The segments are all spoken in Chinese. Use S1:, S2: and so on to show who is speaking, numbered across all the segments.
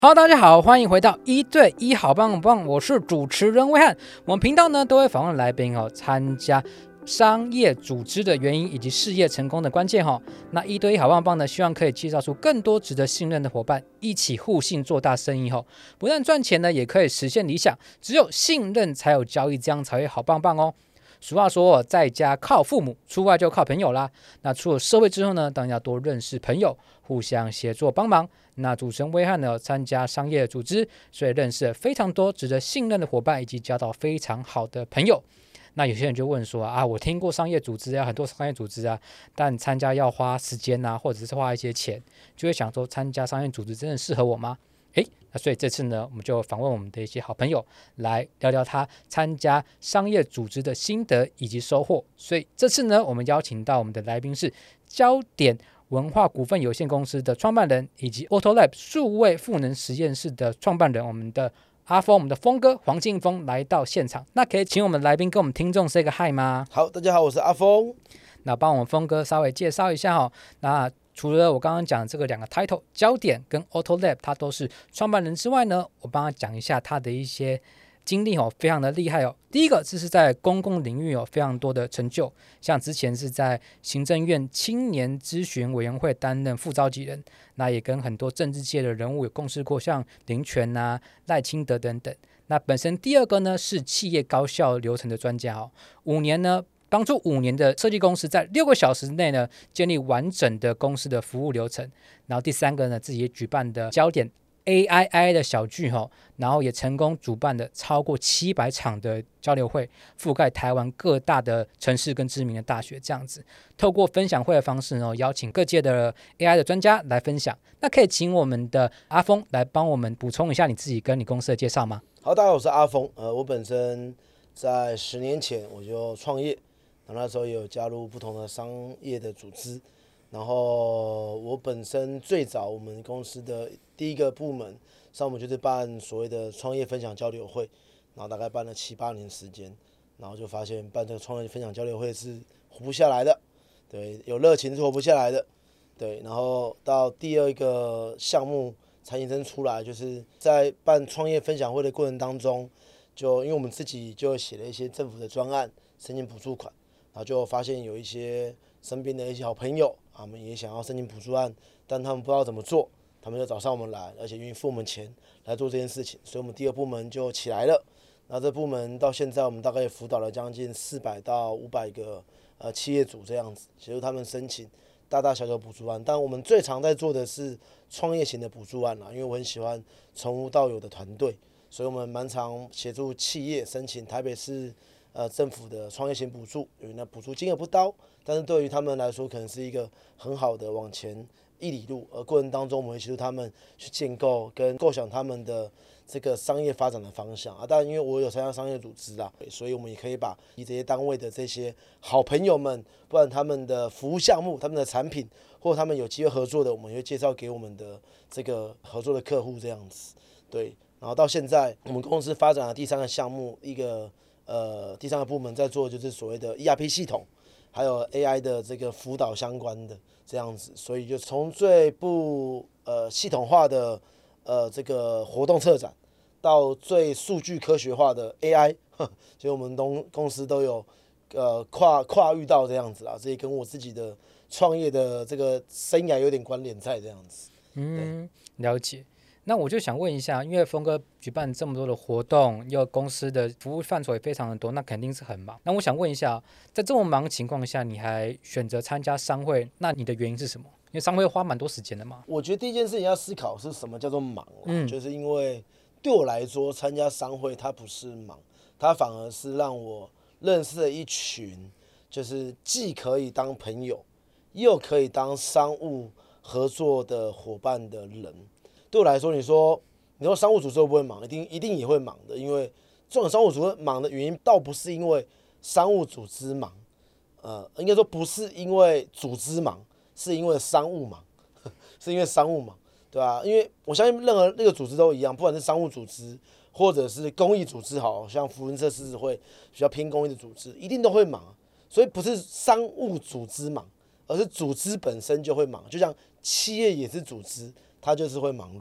S1: Hello，大家好，欢迎回到一对一好棒棒，我是主持人威汉。我们频道呢都会访问来宾参加商业组织的原因以及事业成功的关键那一对一好棒棒呢，希望可以介绍出更多值得信任的伙伴，一起互信做大生意不但赚钱呢，也可以实现理想。只有信任才有交易，这样才会好棒棒哦。俗话说，在家靠父母，出外就靠朋友啦。那出了社会之后呢，当然要多认识朋友，互相协作帮忙。那主持人威汉呢，参加商业组织，所以认识了非常多值得信任的伙伴，以及交到非常好的朋友。那有些人就问说我听过商业组织很多商业组织但参加要花时间或者是花一些钱，就会想说参加商业组织真的适合我吗？那所以这次呢，我们就访问我们的一些好朋友，来聊聊他参加商业组织的心得以及收获。所以这次呢，我们邀请到我们的来宾是焦点文化股份有限公司的创办人，以及 AutoLab 数位赋能实验室的创办人，我们的阿峰，我们的峰哥黄敬峰来到现场。那可以请我们来宾跟我们听众 say 个 hi 吗？
S2: 好，大家好，我是阿峰。
S1: 那帮我们峰哥稍微介绍一下那除了我刚刚讲这个两个 title 焦点跟 AutoLab 他都是创办人之外呢，我帮他讲一下他的一些经历非常的厉害第一个是在公共领域非常多的成就，像之前是在行政院青年咨询委员会担任副召集人，那也跟很多政治界的人物有共事过，像林权赖清德等等。那本身第二个呢是企业高效流程的专家5年呢帮助5年的设计公司在6个小时内呢建立完整的公司的服务流程。然后第三个呢，自己也举办的焦点 AII 的小聚然后也成功主办了超过700场的交流会，覆盖台湾各大的城市跟知名的大学，这样子透过分享会的方式呢，邀请各界的 AI 的专家来分享。那可以请我们的阿峰来帮我们补充一下你自己跟你公司的介绍吗？
S2: 好，大家好，我是阿峰。我本身在10年前我就创业，那时候也有加入不同的商业的组织。然后我本身最早我们公司的第一个部门，上我们就是办所谓的创业分享交流会，然后大概办了7-8年时间，然后就发现办这个创业分享交流会是活不下来的，对，有热情是活不下来的，对。然后到第二个项目才延伸出来，就是在办创业分享会的过程当中，就因为我们自己就写了一些政府的专案，申请补助款，然后就发现有一些身边的一些好朋友，他们也想要申请补助案，但他们不知道怎么做，他们就找上我们来，而且愿意付我们钱来做这件事情，所以我们第二部门就起来了。那这部门到现在，我们大概也辅导了将近400到500个企业主这样子，协助他们申请大大小小补助案。但我们最常在做的是创业型的补助案啦，因为我很喜欢从无到有的团队，所以我们蛮常协助企业申请台北市政府的创业型补助，因为那补助金额不高，但是对于他们来说可能是一个很好的往前一里路。而过程当中，我们会协助他们去建构跟构想他们的这个商业发展的方向当然，因为我有参加商业组织所以我们也可以把这些单位的这些好朋友们，不管他们的服务项目、他们的产品，或者他们有机会合作的，我们会介绍给我们的这个合作的客户这样子。对，然后到现在，我们公司发展的第3个项目，第3个部门在做就是所谓的 ERP 系统，还有 AI 的这个辅导相关的这样子，所以就从最不系统化的这个活动策展，到最数据科学化的 AI， 所以我们公司都有跨域到这样子这也跟我自己的创业的这个生涯有点关联在这样子。
S1: 了解。那我就想问一下，因为峰哥举办这么多的活动，又公司的服务范畴也非常的多，那肯定是很忙。那我想问一下，在这么忙的情况下，你还选择参加商会，那你的原因是什么？因为商会花蛮多时间的嘛。
S2: 我觉得第一件事情要思考是什么叫做忙就是因为对我来说，参加商会它不是忙，它反而是让我认识了一群，就是既可以当朋友，又可以当商务合作的伙伴的人。对我来说，你说商务组织会不会忙？一定也会忙的，因为这种商务组织忙的原因，倒不是因为商务组织忙，应该说不是因为组织忙，是因为商务忙，是因为商务忙，对吧？因为我相信任何那个组织都一样，不管是商务组织或者是公益组织，好像福伦社狮子会比较偏公益的组织，一定都会忙。所以不是商务组织忙，而是组织本身就会忙，就像企业也是组织，它就是会忙碌。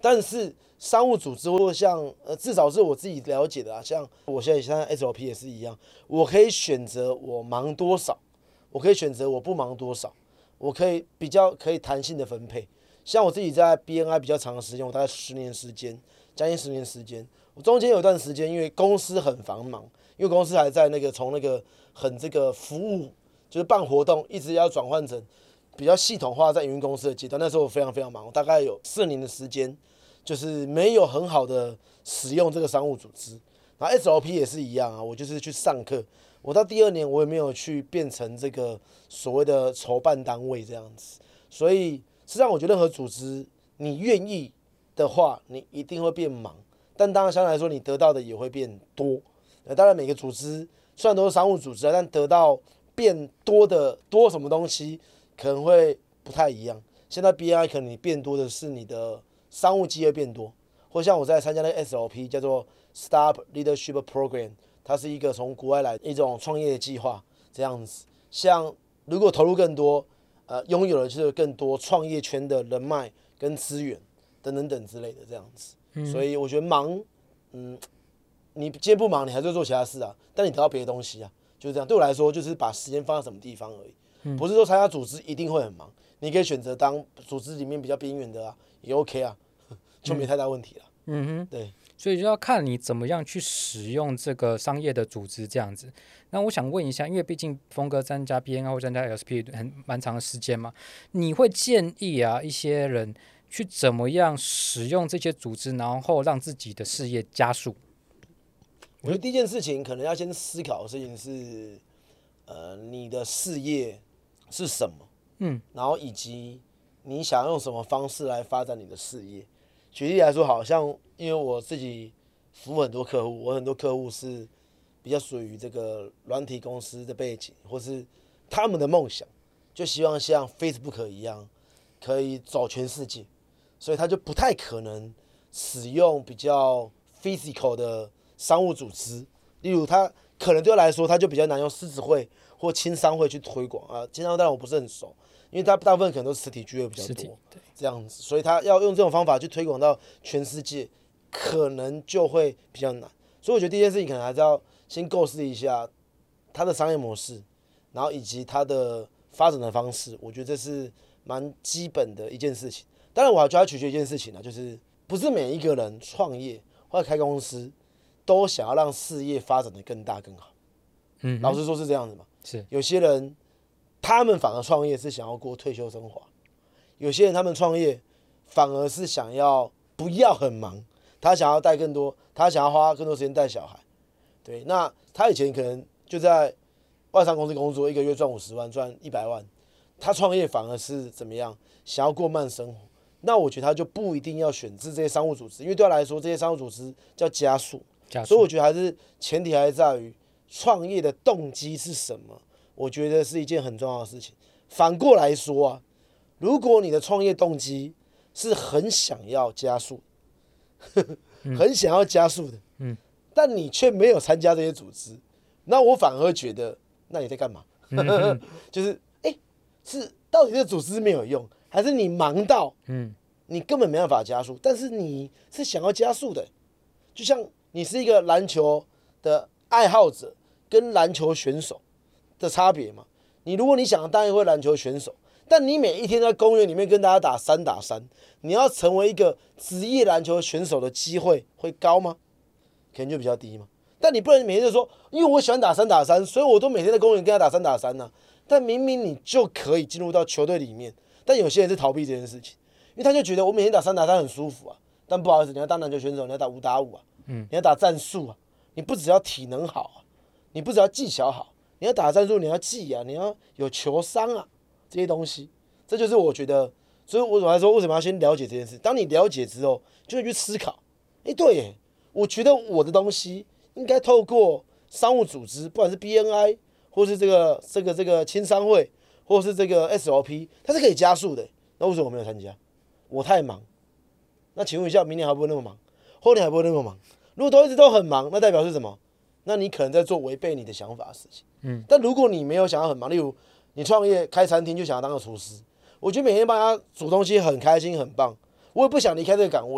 S2: 但是商务组织或像至少是我自己了解的啊，像我现在 SOP 也是一样，我可以选择我忙多少，我可以选择我不忙多少，我可以比较可以弹性的分配。像我自己在 BNI 比较长的时间，我大概10年时间，将近10年时间。我中间有一段时间，因为公司很繁忙，因为公司还在从那个很这个服务，就是办活动，一直要转换成比较系统化在营运公司的阶段。那时候我非常非常忙，我大概有4年的时间，就是没有很好的使用这个商务组织。然后 SOP 也是一样啊，我就是去上课。我到第2年我也没有去变成这个所谓的筹办单位这样子，所以实际上我觉得任何组织你愿意的话，你一定会变忙，但当然相对来说你得到的也会变多。当然每个组织虽然都是商务组织，但得到变多的多什么东西可能会不太一样。现在 BNI 可能你变多的是你的商务机会变多，或像我在参加那个 SLP 叫做 Startup Leadership Program， 它是一个从国外来的一种创业计划这样子。像如果投入更多，拥有的就是更多创业圈的人脉跟资源等等等之类的这样子。所以我觉得忙，你今天不忙，你还是会做其他事啊，但你得到别的东西啊，就是这样。对我来说，就是把时间放在什么地方而已，不是说参加组织一定会很忙，你可以选择当组织里面比较边缘的啊，也 OK 啊，就没太大问题了。对。
S1: 所以就要看你怎么样去使用这个商业的组织这样子。那我想问一下，因为毕竟峰哥参加 BNI 或参加 LSP 蛮长的时间嘛，你会建议一些人去怎么样使用这些组织，然后让自己的事业加速？
S2: 我觉得第一件事情可能要先思考的事情是，你的事业是什么？然后以及你想用什么方式来发展你的事业。举例来说，好像因为我自己服务很多客户，我很多客户是比较属于这个软体公司的背景，或是他们的梦想，就希望像 Facebook 一样可以走全世界，所以他就不太可能使用比较 physical 的商务组织。例如，他可能对他来说，他就比较难用狮子会或青商会去推广啊。青商会当然我不是很熟，因为他大部分可能都是实体聚会比较多，这样子，所以他要用这种方法去推广到全世界，可能就会比较难。所以我觉得第一件事情可能还是要先构思一下他的商业模式，然后以及他的发展的方式，我觉得这是蛮基本的一件事情。当然，我还觉得取决一件事情呢，就是不是每一个人创业或者开公司都想要让事业发展的更大更好。老实说是这样子嘛。
S1: 是
S2: 有些人他们反而创业是想要过退休生活，有些人他们创业反而是想要不要很忙，他想要带更多，他想要花更多时间带小孩。对，那他以前可能就在外商公司工作，一个月赚50万，赚100万，他创业反而是怎么样，想要过慢生活。那我觉得他就不一定要选择这些商务组织，因为对他来说，这些商务组织叫加速。所以我觉得还是前提还是在于创业的动机是什么，我觉得是一件很重要的事情。反过来说啊，如果你的创业动机是很想要加速，很想要加速的，但你却没有参加这些组织，那我反而会觉得，那你在干嘛？就是是到底这个组织没有用，还是你忙到你根本没办法加速，但是你是想要加速的。就像你是一个篮球的爱好者跟篮球选手的差别嘛。如果你想当一位篮球选手，但你每一天在公园里面跟大家打3打3，你要成为一个职业篮球选手的机会会高吗？可能就比较低嘛。但你不能每天就说，因为我喜欢打3打3，所以我都每天在公园跟他打3打3呢。但明明你就可以进入到球队里面，但有些人是逃避这件事情，因为他就觉得我每天打3打3很舒服啊。但不好意思，你要当篮球选手，你要打5打5啊，你要打战术啊，你不只要体能好啊，你不只要技巧好，你要打战术，你要记啊，你要有球商啊，这些东西，这就是我觉得，所以我来说为什么要先了解这件事。当你了解之后，就会去思考，对耶，我觉得我的东西应该透过商务组织，不管是 BNI 或是这个青商会，或是这个 SLP， 它是可以加速的。那为什么我没有参加？我太忙。那请问一下，明年还不会那么忙？后年还不会那么忙？如果都一直都很忙，那代表是什么？那你可能在做违背你的想法的事情。但如果你没有想要很忙，例如你创业开餐厅就想要当个厨师，我觉得每天帮他煮东西很开心很棒，我也不想离开这个岗位，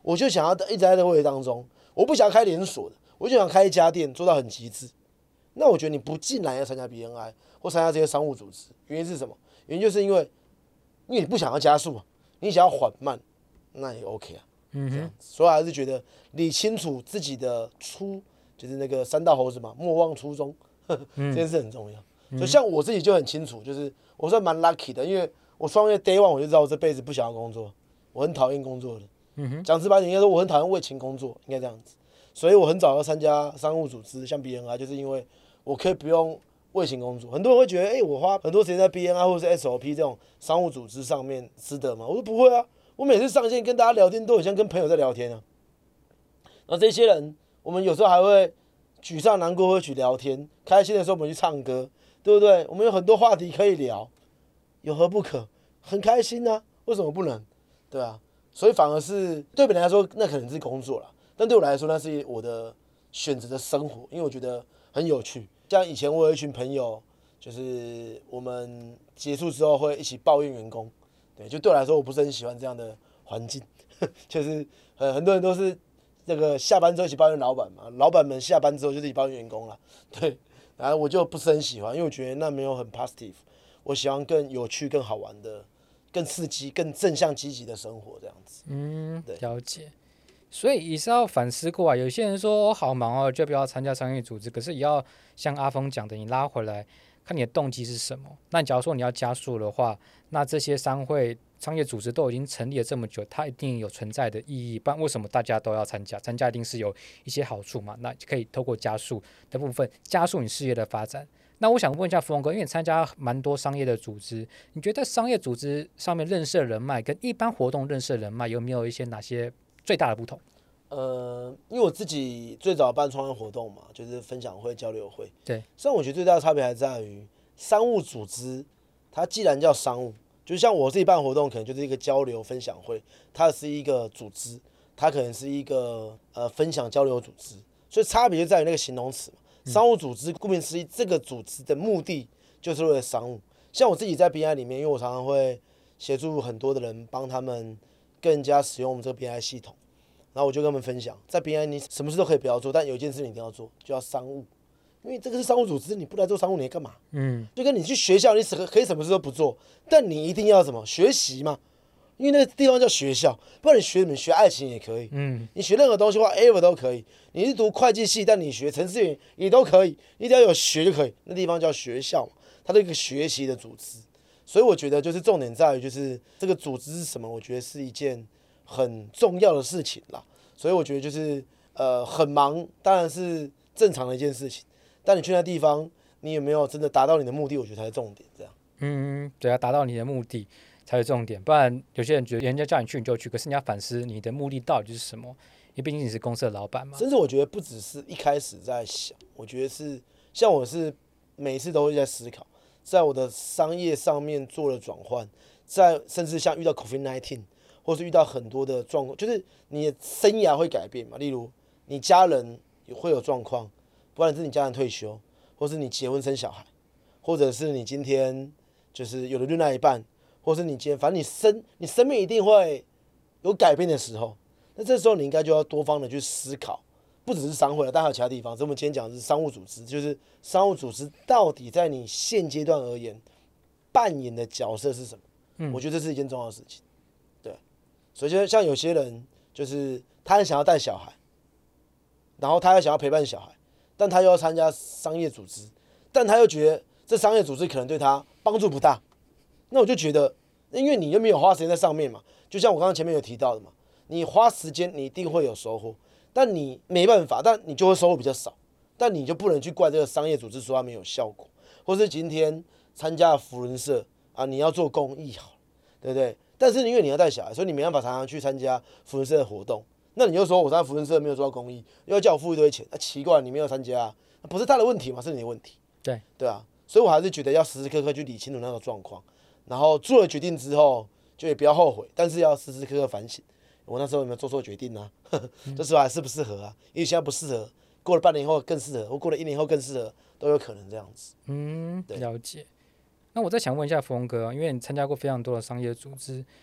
S2: 我就想要一直在这个位置当中，我不想要开连锁的，我就想开一家店做到很极致。那我觉得你不进来要参加 BNI 或参加这些商务组织，原因是什么？原因就是因为你不想要加速，你想要缓慢，那也 OK 啊。所以还是觉得理清楚自己的就是那个三道猴子嘛，莫忘初衷，这件事很重要。所以像我自己就很清楚，就是我算蛮 lucky 的，因为我创业 day one 我就知道我这辈子不想要工作，我很讨厌工作的。讲直白点，应该说我很讨厌为情工作，应该这样子。所以我很早要参加商务组织，像 BNI，就是因为我可以不用为情工作。很多人会觉得，我花很多时间在 BNI 或者是 SOP 这种商务组织上面值得吗？我说不会啊，我每次上线跟大家聊天都很像跟朋友在聊天啊。然后这些人，我们有时候还会沮丧难过会去聊天，开心的时候我们去唱歌，对不对？我们有很多话题可以聊，有何不可？很开心啊，为什么不能？对啊，所以反而是对别人来说那可能是工作啦，但对我来说那是我的选择的生活，因为我觉得很有趣。像以前我有一群朋友，就是我们结束之后会一起抱怨员工，对，就对我来说我不是很喜欢这样的环境，就是很多人都是那个下班之后一起抱怨老板嘛，老板们下班之后就是一起抱怨员工啦，对，然后我就不是很喜欢，因为我觉得那没有很 positive， 我喜欢更有趣、更好玩的、更刺激、更正向积极的生活这样子。对，
S1: 了解。所以也是要反思过来，有些人说好忙哦，就不要参加商业组织。可是也要像阿峰讲的，你拉回来看你的动机是什么。那假如说你要加速的话，那这些商业组织都已经成立了这么久，它一定有存在的意义。不然为什么大家都要参加？参加一定是有一些好处嘛。那可以透过加速的部分，加速你事业的发展。那我想问一下峰哥，因为你参加蛮多商业的组织，你觉得在商业组织上面认识的人脉跟一般活动认识的人脉有没有一些哪些最大的不同？
S2: 因为我自己最早办创业活动嘛，就是分享会、交流会。
S1: 对，
S2: 虽然我觉得最大的差别还在于商务组织，它既然叫商务，就像我自己办活动，可能就是一个交流分享会，它是一个组织，它可能是一个分享交流组织，所以差别就在于那个形容词嘛。商务组织顾名思义，这个组织的目的就是为了商务。像我自己在 BI 里面，因为我常常会协助很多的人，帮他们更加使用我们这个 BI 系统。然后我就跟他们分享，在 BI 你什么事都可以不要做，但有一件事你一定要做，就叫商务，因为这个是商务组织，你不来做商务你在干嘛？就跟你去学校，你可以什么事都不做，但你一定要什么学习嘛，因为那个地方叫学校，不然你学什么？学爱情也可以，你学任何东西的话 ，ever 都可以。你是读会计系，但你学程式员也都可以，你只要有学就可以。那地方叫学校嘛，它是一个学习的组织，所以我觉得就是重点在于就是这个组织是什么，我觉得是一件很重要的事情啦，所以我觉得就是很忙，当然是正常的一件事情，但你去那地方，你有没有真的达到你的目的，我觉得才是重点。这样，
S1: 对啊，达到你的目的才是重点，不然有些人觉得人家叫你去你就去，可是你要反思你的目的到底是什么，因为毕竟你是公司的老板嘛。
S2: 甚至我觉得不只是一开始在想，我觉得是像我是每一次都会在思考，在我的商业上面做了转换，甚至像遇到 COVID-19。或是遇到很多的状况，就是你的生涯会改变嘛。例如，你家人会有状况，不然是你家人退休，或是你结婚生小孩，或者是你今天就是有了另外一半，或是你今天反正你生命一定会有改变的时候。那这时候你应该就要多方的去思考，不只是商会了，但还有其他地方。所以我们今天讲的是商务组织，就是商务组织到底在你现阶段而言扮演的角色是什么？我觉得这是一件重要的事情。所以就像有些人，就是他很想要带小孩，然后他又想要陪伴小孩，但他又要参加商业组织，但他又觉得这商业组织可能对他帮助不大。那我就觉得，因为你又没有花时间在上面嘛，就像我刚刚前面有提到的嘛，你花时间你一定会有收获，但你没办法，但你就会收获比较少，但你就不能去怪这个商业组织说它没有效果，或是今天参加福伦社啊，你要做公益好，对不对？但是因为你要带小孩，所以你没办法常常去参加福伦社的活动。那你就说我参加福伦社没有做到公益，又要叫我付一堆钱，奇怪，你没有参加啊，不是他的问题嘛，是你的问题。对啊，所以我还是觉得要时时刻刻去理清楚那个状况，然后做了决定之后就也不要后悔，但是要时时刻刻反省，我那时候有没有做错决定啊？这时候还适不适合啊？因为现在不适合，过了半年后更适合，或过了1年后更适合，都有可能这样子。
S1: 了解。那我再想问一下峰哥，因为你参加过非常多的商业组织，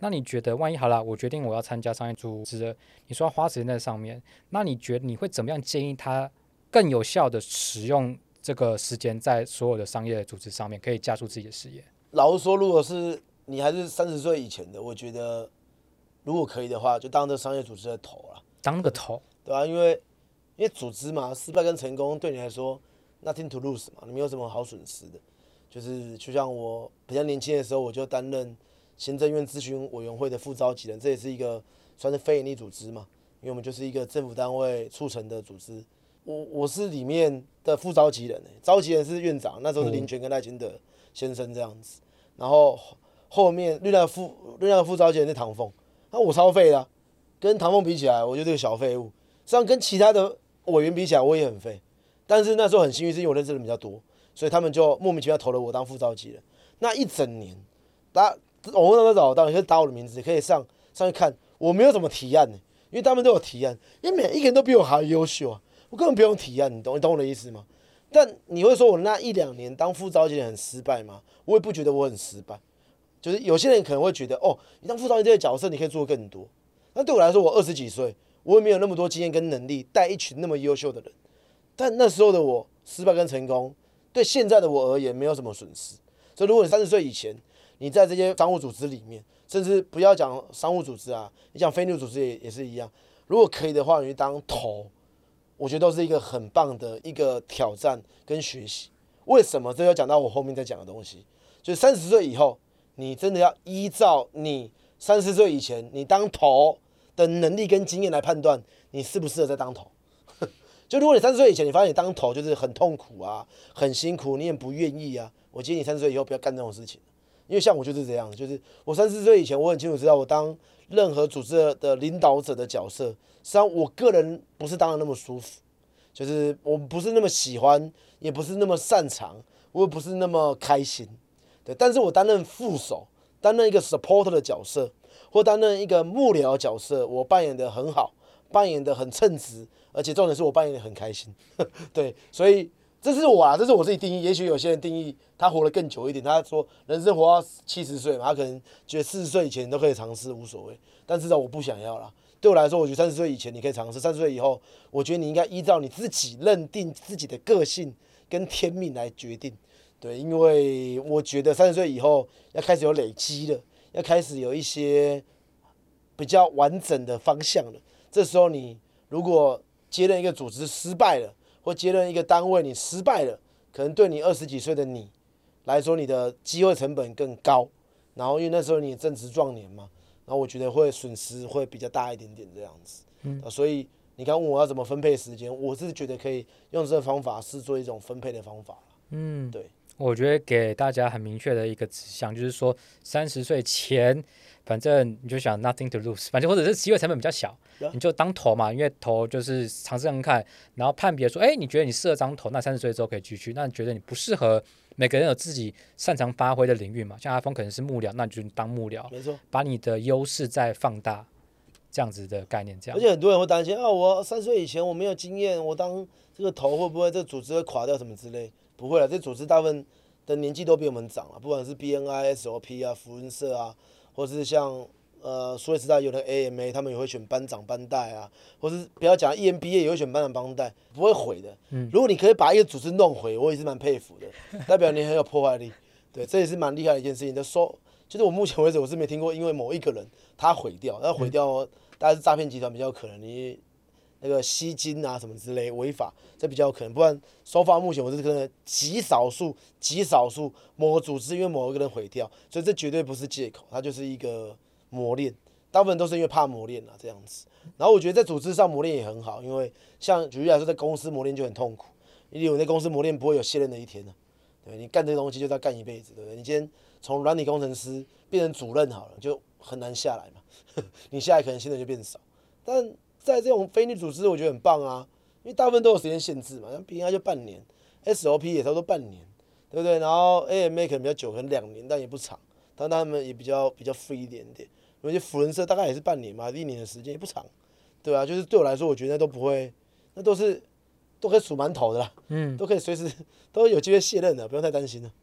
S1: 那你觉得万一好了，我决定我要参加商业组织了，你说要花时间在上面，那你觉得你会怎么样建议他更有效的使用这个时间在所有的商业组织上面，可以加速自己的事业？
S2: 老实说，如果是你还是30岁以前的，我觉得如果可以的话，就当这商业组织的头了，
S1: 当那个头，
S2: 对吧、因为组织嘛，失败跟成功对你来说 nothing to lose 嘛，你没有什么好损失的。就像我比较年轻的时候，我就担任行政院咨询委员会的副召集人，这也是一个算是非营利组织嘛，因为我们就是一个政府单位促成的组织。我是里面的副召集人，召集人是院长，那时候是林权跟赖清德先生这样子，然后后面另外的副召集人是唐凤，那我超废的啊，跟唐凤比起来，我就是个小废物。实际上跟其他的委员比起来，我也很废。但是那时候很幸运，是因为我认识的人比较多，所以他们就莫名其妙投了我当副召集人。那一整年，网络上都找得到，你可以打我的名字，可以上去看。我没有什么提案呢，因为他们都有提案，因为每一个人都比我还优秀啊，我根本不用提案，你懂我的意思吗？但你会说我那1-2年当副召集人很失败吗？我也不觉得我很失败。就是有些人可能会觉得，哦，你当副召集人这个角色，你可以做更多。那对我来说，我20几岁，我也没有那么多经验跟能力带一群那么优秀的人。但那时候的我失败跟成功，对现在的我而言没有什么损失。所以如果你30岁以前，你在这些商务组织里面，甚至不要讲商务组织啊，你讲非利组织也是一样。如果可以的话，你去当头，我觉得都是一个很棒的一个挑战跟学习。为什么？这要讲到我后面再讲的东西，就是30岁以后，你真的要依照你30岁以前你当头的能力跟经验来判断你适不适合再当头。就如果你30岁以前，你发现你当头就是很痛苦啊，很辛苦，你也不愿意啊，我建议你30岁以后不要干这种事情。因为像我就是这样，就是我34岁以前，我很清楚知道我当任何组织的领导者的角色，实际上我个人不是当的那么舒服，就是我不是那么喜欢，也不是那么擅长，我也不是那么开心。对，但是我担任副手，担任一个 supporter 的角色，或担任一个幕僚角色，我扮演的很好，扮演的很称职，而且重点是我扮演的很开心。对，所以这是我这是我自己定义。也许有些人定义他活得更久一点，他说人生活到70岁嘛，他可能觉得40岁以前都可以尝试无所谓，但至少我不想要啦。对我来说，我觉得30岁以前你可以尝试，30岁以后，我觉得你应该依照你自己认定自己的个性跟天命来决定。对，因为我觉得30岁以后要开始有累积了，要开始有一些比较完整的方向了。这时候你如果接任一个组织失败了，或接任一个单位你失败了，可能对你20几岁的你来说，你的机会成本更高。然后因为那时候你也正值壮年嘛，然后我觉得会损失会比较大一点点这样子。所以你刚问我要怎么分配时间，我是觉得可以用这个方法是做一种分配的方法。对。
S1: 我觉得给大家很明确的一个指向，就是说30岁前，反正你就想 nothing to lose， 反正或者是机会成本比较小，你就当头嘛，因为头就是尝试看看，然后判别说，哎，你觉得你适合当头，那30岁之后可以继续；那你觉得你不适合，每个人有自己擅长发挥的领域嘛，像阿峰可能是幕僚，那你就当幕僚，
S2: 没错，
S1: 把你的优势再放大，这样子的概念，这样。
S2: 而且很多人会担心啊，我30岁以前我没有经验，我当这个头会不会这个组织会垮掉什么之类？不会了，这组织大部分的年纪都比我们长了，不管是 BNI、SOP 啊、福伦社啊，或是像苏维时代有的 AMA， 他们也会选班长班带啊，或是不要讲 EMBA 也会选班长班带，不会毁的。如果你可以把一个组织弄毁，我也是蛮佩服的，代表你很有破坏力。对，这也是蛮厉害的一件事情。就是我目前为止我是没听过，因为某一个人他毁掉，那毁掉大概是诈骗集团比较有可能，你那个吸金啊什么之类违法，这比较有可能。不然收发目前我是可能极少数某个组织因为某一个人毁掉，所以这绝对不是借口，它就是一个磨练。大部分都是因为怕磨练这样子。然后我觉得在组织上磨练也很好，因为像举例来说，在公司磨练就很痛苦，因为我在公司磨练不会有卸任的一天对，你干这个东西就是要干一辈子，对不对？你今天从软体工程师变成主任好了，就很难下来嘛。你下来可能薪水就变少，但在这种非利组织，我觉得很棒啊，因为大部分都有时间限制嘛，像 BNI 就半年 ，SOP 也差不多半年，对不对？然后 AMA 可能比较久，可能2年，但也不长，但他们也比较 free 一点点。因为福伦社大概也是半年嘛，1年的时间也不长，对啊，就是对我来说，我觉得都不会，那都可以数馒头的啦，都可以随时都有机会卸任的，不用太担心了。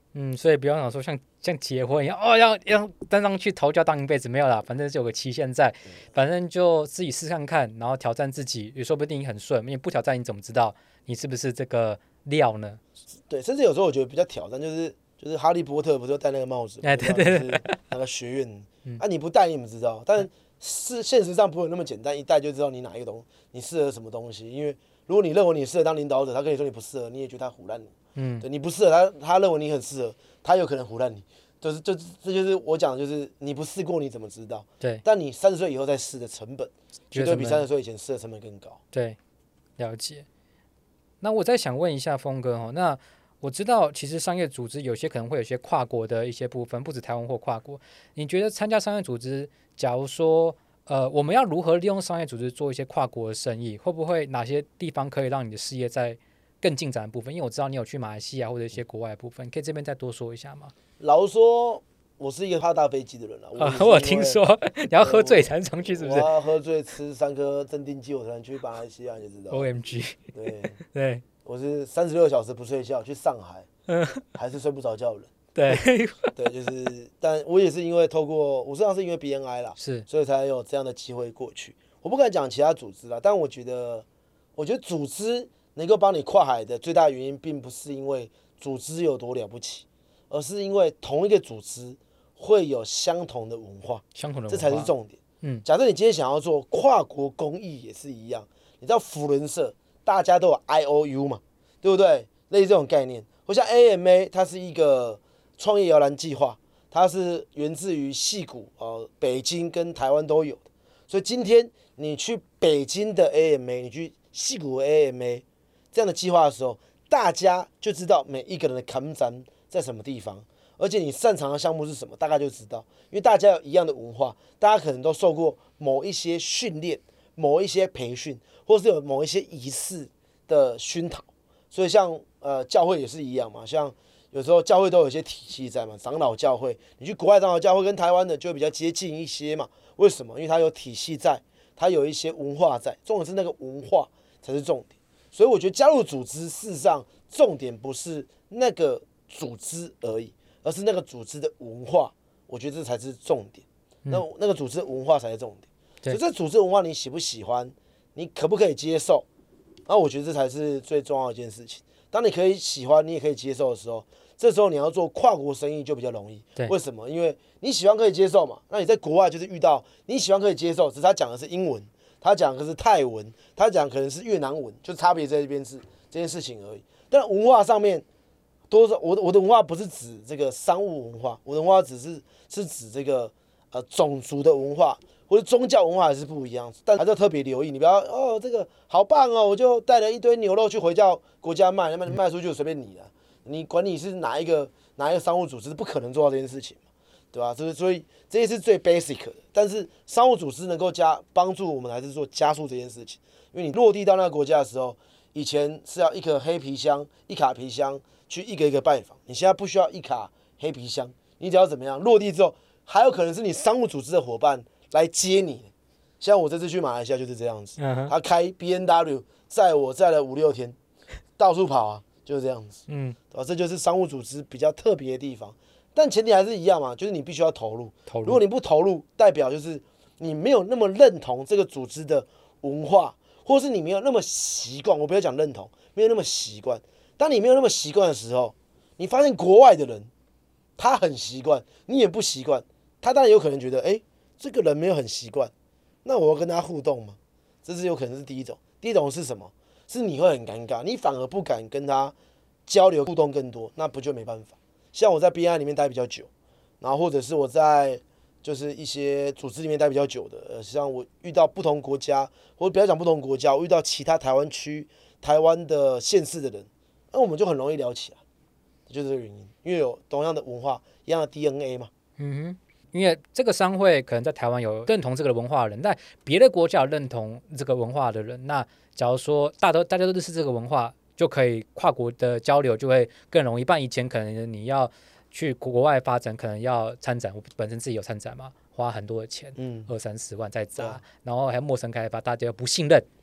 S1: 所以不要想说像结婚一样要登上去头就要当一辈子，没有啦，反正就有个期限在，反正就自己试看看，然后挑战自己，也说不定很顺，因为不挑战你怎么知道你是不是这个料呢？
S2: 对，甚至有时候我觉得比较挑战就是哈利波特不是戴那个帽子，
S1: 对，
S2: 就是那个学院你不戴你怎么知道？但是现实上不会那么简单，一戴就知道你哪一个你适合什么东西。因为如果你认为你适合当领导者，他跟你说你不适合，你也觉得他唬烂你。对，你不适合他认为你很适合，他有可能唬烂你。这就是我讲的，就是你不试过你怎么知道？
S1: 对，
S2: 但你30岁以后再试的成本，绝对比30岁以前试的成本更高。
S1: 对，了解。那我再想问一下峰哥哦，那我知道其实商业组织有些可能会有些跨国的一些部分，不止台湾或跨国。你觉得参加商业组织，假如说我们要如何利用商业组织做一些跨国的生意？会不会哪些地方可以让你的事业在更进展的部分？因为我知道你有去马来西亚或者一些国外的部分，可以这边再多说一下吗？
S2: 老实说，我是一个怕搭飞机的人
S1: 我听说你要喝醉才能上去，是不是？
S2: 我要喝醉吃3颗镇定剂，我才能去马来西亚，你就知道。
S1: OMG，
S2: 对，我是36小时不睡觉去上海，还是睡不着觉的人。
S1: 对
S2: 对，就是，但我也是因为透过，我实际上是因为 BNI 啦，
S1: 是，
S2: 所以才有这样的机会过去。我不敢讲其他组织啦，但我觉得组织能够帮你跨海的最大原因，并不是因为组织有多了不起，而是因为同一个组织会有相同的文化，这才是重点。假设你今天想要做跨国公益也是一样，你知道福伦社大家都有 IOU 嘛，对不对？类似这种概念，或像 AMA， 它是一个创业摇篮计划，它是源自于矽谷北京跟台湾都有的。所以今天你去北京的 AMA， 你去矽谷的 AMA 这样的计划的时候，大家就知道每一个人的坎站在什么地方，而且你擅长的项目是什么，大概就知道。因为大家有一样的文化，大家可能都受过某一些训练、某一些培训，或是有某一些仪式的熏陶。所以像教会也是一样嘛，像有时候教会都有一些体系在嘛，长老教会，你去国外长老教会跟台湾的就比较接近一些嘛。为什么？因为它有体系在，它有一些文化在，重点是那个文化才是重点。所以我觉得加入组织，事实上重点不是那个组织而已，而是那个组织的文化。我觉得这才是重点。那个组织的文化才是重点。所以这组织文化你喜不喜欢，你可不可以接受？那我觉得这才是最重要的一件事情。当你可以喜欢，你也可以接受的时候，这时候你要做跨国生意就比较容易。为什么？因为你喜欢可以接受嘛。那你在国外就是遇到你喜欢可以接受，只是他讲的是英文，他讲的是泰文，他讲可能是越南文，就差别在这边是这件事情而已。但文化上面，多少我的文化不是指这个商务文化，我的文化是指这个种族的文化。或者宗教文化还是不一样，但还是要特别留意。你不要这个好棒哦，我就带了一堆牛肉去回教国家卖，那么卖出去就随便你了。你管你是哪一个商务组织，不可能做到这件事情嘛，对吧？所以这些是最 basic 的。但是商务组织能够帮助我们，还是做加速这件事情。因为你落地到那个国家的时候，以前是要一颗黑皮箱、一卡皮箱去一个一个拜访，你现在不需要一卡黑皮箱，你只要怎么样落地之后，还有可能是你商务组织的伙伴来接你。像我这次去马来西亚就是这样子，他开 BNW 载我载了5-6天，到处跑啊，就是这样子。这就是商务组织比较特别的地方。但前提还是一样嘛，就是你必须要投入。如果你不投入，代表就是你没有那么认同这个组织的文化，或是你没有那么习惯。我不要讲认同，没有那么习惯。当你没有那么习惯的时候，你发现国外的人他很习惯，你也不习惯，他当然有可能觉得，这个人没有很习惯，那我要跟他互动吗？这是有可能是第一种。第一种是什么？是你会很尴尬，你反而不敢跟他交流互动更多，那不就没办法？像我在 BNI 里面待比较久，然后或者是我在就是一些组织里面待比较久的，像我遇到不同国家，或者不要讲不同国家，我遇到其他台湾区、台湾的县市的人，那我们就很容易聊起来，就是这个原因，因为有同样的文化、一样的 DNA 嘛。
S1: 因为这个商会可能在台湾有认同这个文化的人，但别的国家有认同这个文化的人，那假如说大家都认识这个文化，就可以跨国的交流就会更容易。不然以前可能你要去国外发展，可能要参展，我本身自己有参展嘛，花很多的钱，20-30万在砸，然后还有陌生开发，大家又不信任，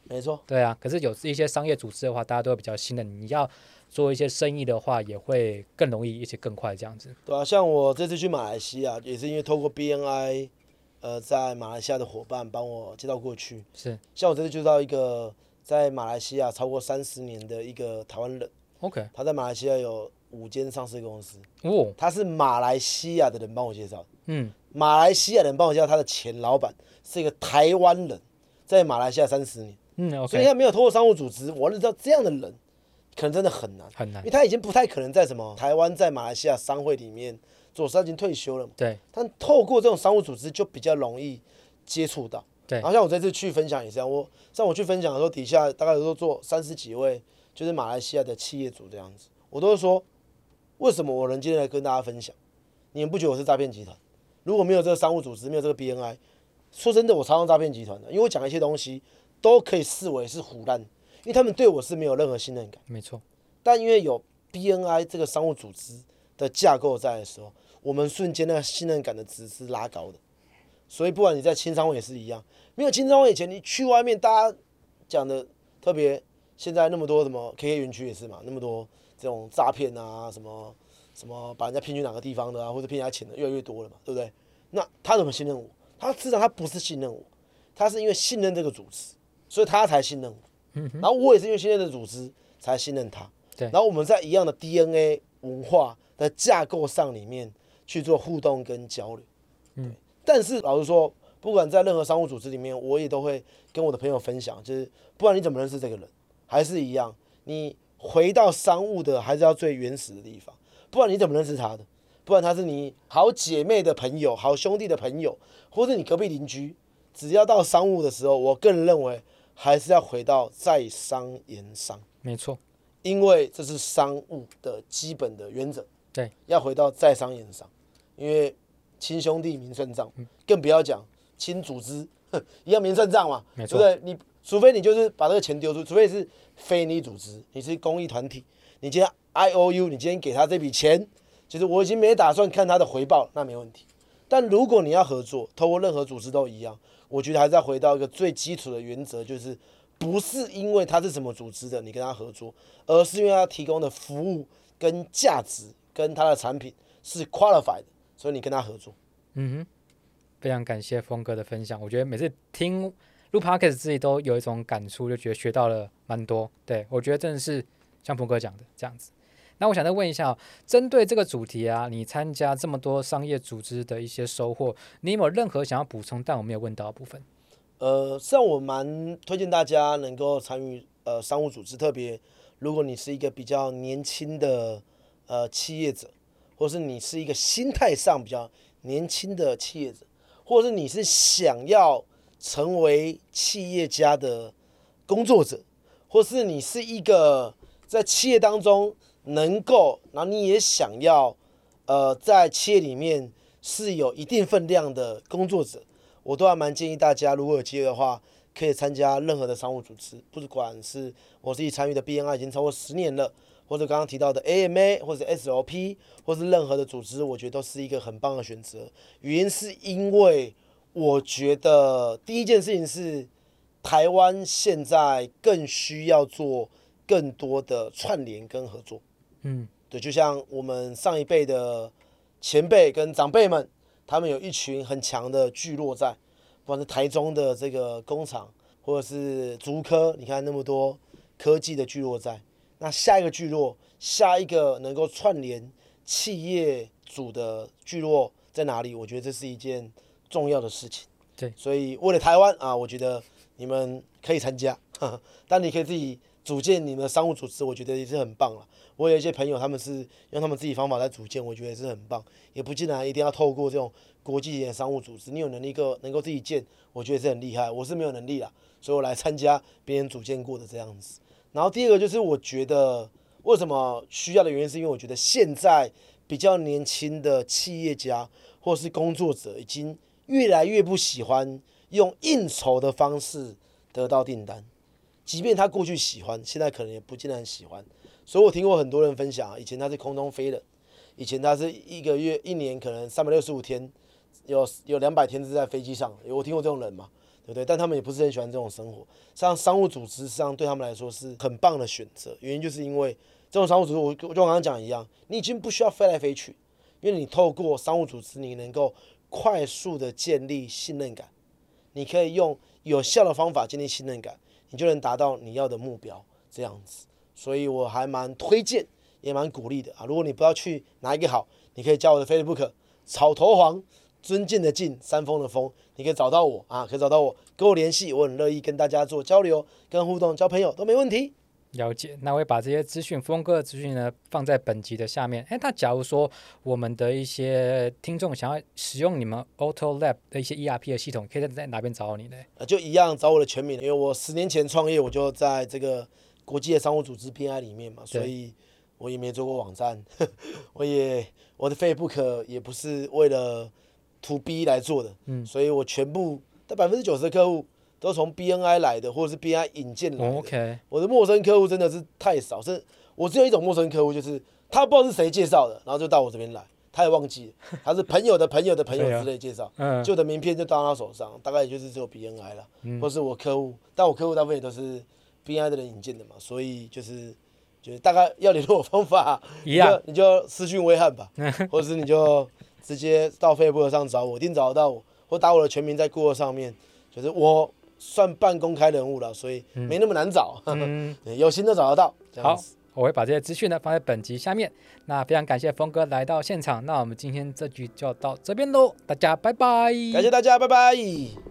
S2: 没错。
S1: 对啊，可是有一些商业组织的话，大家都会比较信任你，你要做一些生意的话，也会更容易，而且更快这样子。
S2: 对啊，像我这次去马来西亚，也是因为透过 BNI，在马来西亚的伙伴帮我介绍过去。
S1: 是
S2: 像我这次就到一个在马来西亚超过30年的一个台湾人，
S1: OK
S2: 他在马来西亚有5间上市公司，
S1: 哦，
S2: 他是马来西亚的人帮我介绍的。
S1: 嗯
S2: 马来西亚人帮我介绍他的前老板是一个台湾人，在马来西亚30年，
S1: 嗯
S2: 所以
S1: OK
S2: 他没有透过商务组织，我就知道这样的人可能真的很难，
S1: 很难
S2: 因为他已经不太可能在什么台湾在马来西亚商会里面做事，他已经退休了嘛。
S1: 对
S2: 但透过这种商务组织就比较容易接触到。
S1: 对
S2: 然后像我这次去分享也是这样，我去分享的时候，底下大概有时候坐30几位，就是马来西亚的企业主这样子，我都会说，为什么我能今天来跟大家分享？你们不觉得我是诈骗集团？如果没有这个商务组织，没有这个 BNI， 说真的，我超像诈骗集团的，因为我讲一些东西都可以视为是唬烂，因为他们对我是没有任何信任感。
S1: 没错，
S2: 但因为有 BNI 这个商务组织的架构在的时候，我们瞬间那个信任感的值是拉高的。所以不管你在青商会也是一样，没有青商会以前，你去外面大家讲的特别，现在那么多什么 KK 园区也是嘛，那么多这种诈骗啊，什么把人家骗去哪个地方的啊，或者骗人家钱的越来越多了嘛，对不对？那他怎么信任我？他事实上他不是信任我，他是因为信任这个组织，所以他才信任我。然后我也是因为信任这个组织才信任他。
S1: 对。
S2: 然后我们在一样的 DNA 文化的架构上里面去做互动跟交流。但是老实说，不管在任何商务组织里面，我也都会跟我的朋友分享，就是不管你怎么认识这个人，还是一样，你回到商务的还是要最原始的地方。不管你怎么认识他的，不管他是你好姐妹的朋友、好兄弟的朋友，或是你隔壁邻居，只要到商务的时候，我个人认为还是要回到在商言商。
S1: 没错，
S2: 因为这是商务的基本的原则。
S1: 对，
S2: 要回到在商言商，因为亲兄弟明算账，更不要讲亲组织，一样明算账嘛，
S1: 没错
S2: 对不对？你除非你就是把这个钱丢出，除非是非你组织，你是公益团体，你今天 IOU， 你今天给他这笔钱，就是我已经没打算看他的回报，那没问题。但如果你要合作，透过任何组织都一样，我觉得还是要回到一个最基础的原则，就是不是因为他是什么组织的，你跟他合作，而是因为他提供的服务跟价值跟他的产品是 qualified 的，所以你跟他合作。
S1: 非常感谢峰哥的分享。我觉得每次听录 podcast 自己都有一种感触，就觉得学到了蛮多。对，我觉得真的是像峰哥讲的这样子。那我想再问一下哦，针对这个主题啊，你参加这么多商业组织的一些收获，你有没有任何想要补充但我没有问到的部分？
S2: 像我蛮推荐大家能够参与商务组织，特别如果你是一个比较年轻的企业者，或是你是一个心态上比较年轻的企业者，或者是你是想要成为企业家的工作者，或是你是一个在企业当中能够，然后你也想要在企业里面是有一定分量的工作者，我都还蛮建议大家，如果有机会的话，可以参加任何的商务组织，不管是我自己参与的 BNI 已经超过10年了，或者刚刚提到的 AMA 或者 SLP， 或是任何的组织，我觉得都是一个很棒的选择。原因是因为我觉得第一件事情是，台湾现在更需要做更多的串联跟合作。对，就像我们上一辈的前辈跟长辈们，他们有一群很强的聚落在，不管是台中的这个工厂，或者是竹科，你看那么多科技的聚落在。那下一个聚落，下一个能够串联企业主的聚落在哪里？我觉得这是一件重要的事情。
S1: 对，
S2: 所以为了台湾啊，我觉得你们可以参加，但你可以自己组建你们的商务组织，我觉得也是很棒了。我有一些朋友，他们是用他们自己方法在组建，我觉得也是很棒，也不尽然一定要透过这种国际的商务组织。你有能力能够自己建，我觉得是很厉害。我是没有能力啦，所以我来参加别人组建过的这样子。然后第二个就是我觉得为什么需要的原因，是因为我觉得现在比较年轻的企业家或是工作者已经越来越不喜欢用应酬的方式得到订单，即便他过去喜欢，现在可能也不尽然喜欢。所以我听过很多人分享，以前他是空中飞人，以前他是一个月、一年可能365天，有200天是在飞机上，我听过这种人嘛。 对不对？但他们也不是很喜欢这种生活。像商务组织，实际上对他们来说是很棒的选择，原因就是因为这种商务组织，我就刚刚讲一样，你已经不需要飞来飞去，因为你透过商务组织，你能够快速的建立信任感，你可以用有效的方法建立信任感，你就能达到你要的目标，这样子。所以我还蛮推荐，也蛮鼓励的啊。如果你不知道去哪一个好，你可以加我的 Facebook 草头黄，尊敬的敬，山峰的峰，你可以找到我啊，可以找到我，跟我联系，我很乐意跟大家做交流、跟互动、交朋友都没问题。
S1: 了解，那我会把这些资讯，峰哥的资讯呢，放在本集的下面。那假如说我们的一些听众想要使用你们 AutoLab 的一些 ERP 的系统，可以在哪边找到你呢？
S2: 就一样找我的全名，因为我10年前创业，我就在这个国际的商务组织 BNI 里面嘛，所以我也没做过网站，我的 Facebook 也不是为了 To B 来做的，所以我全部的90%的客户都从 BNI 来的，或者是 BNI 引荐来的。
S1: OK，
S2: 我的陌生客户真的是太少，是我只有一种陌生客户，就是他不知道是谁介绍的，然后就到我这边来，他也忘记了，他是朋友的朋友的朋友之类介绍，就我的名片就到他手上，大概也就是只有 BNI 了，或是我客户，但我客户大部分也都是 BNI 的人引荐的嘛，所以就是大概要联络我方法一样，你就私讯威汉吧，或者是你就直接到 Facebook 上找我，一定找得到我，或打我的全名在 Google 上面，就是我算半公开人物了，所以没那么难找，有心都找得到。
S1: 好，我会把这些资讯呢放在本集下面。那非常感谢峰哥来到现场，那我们今天这局就到这边喽，大家拜拜。
S2: 感谢大家，拜拜。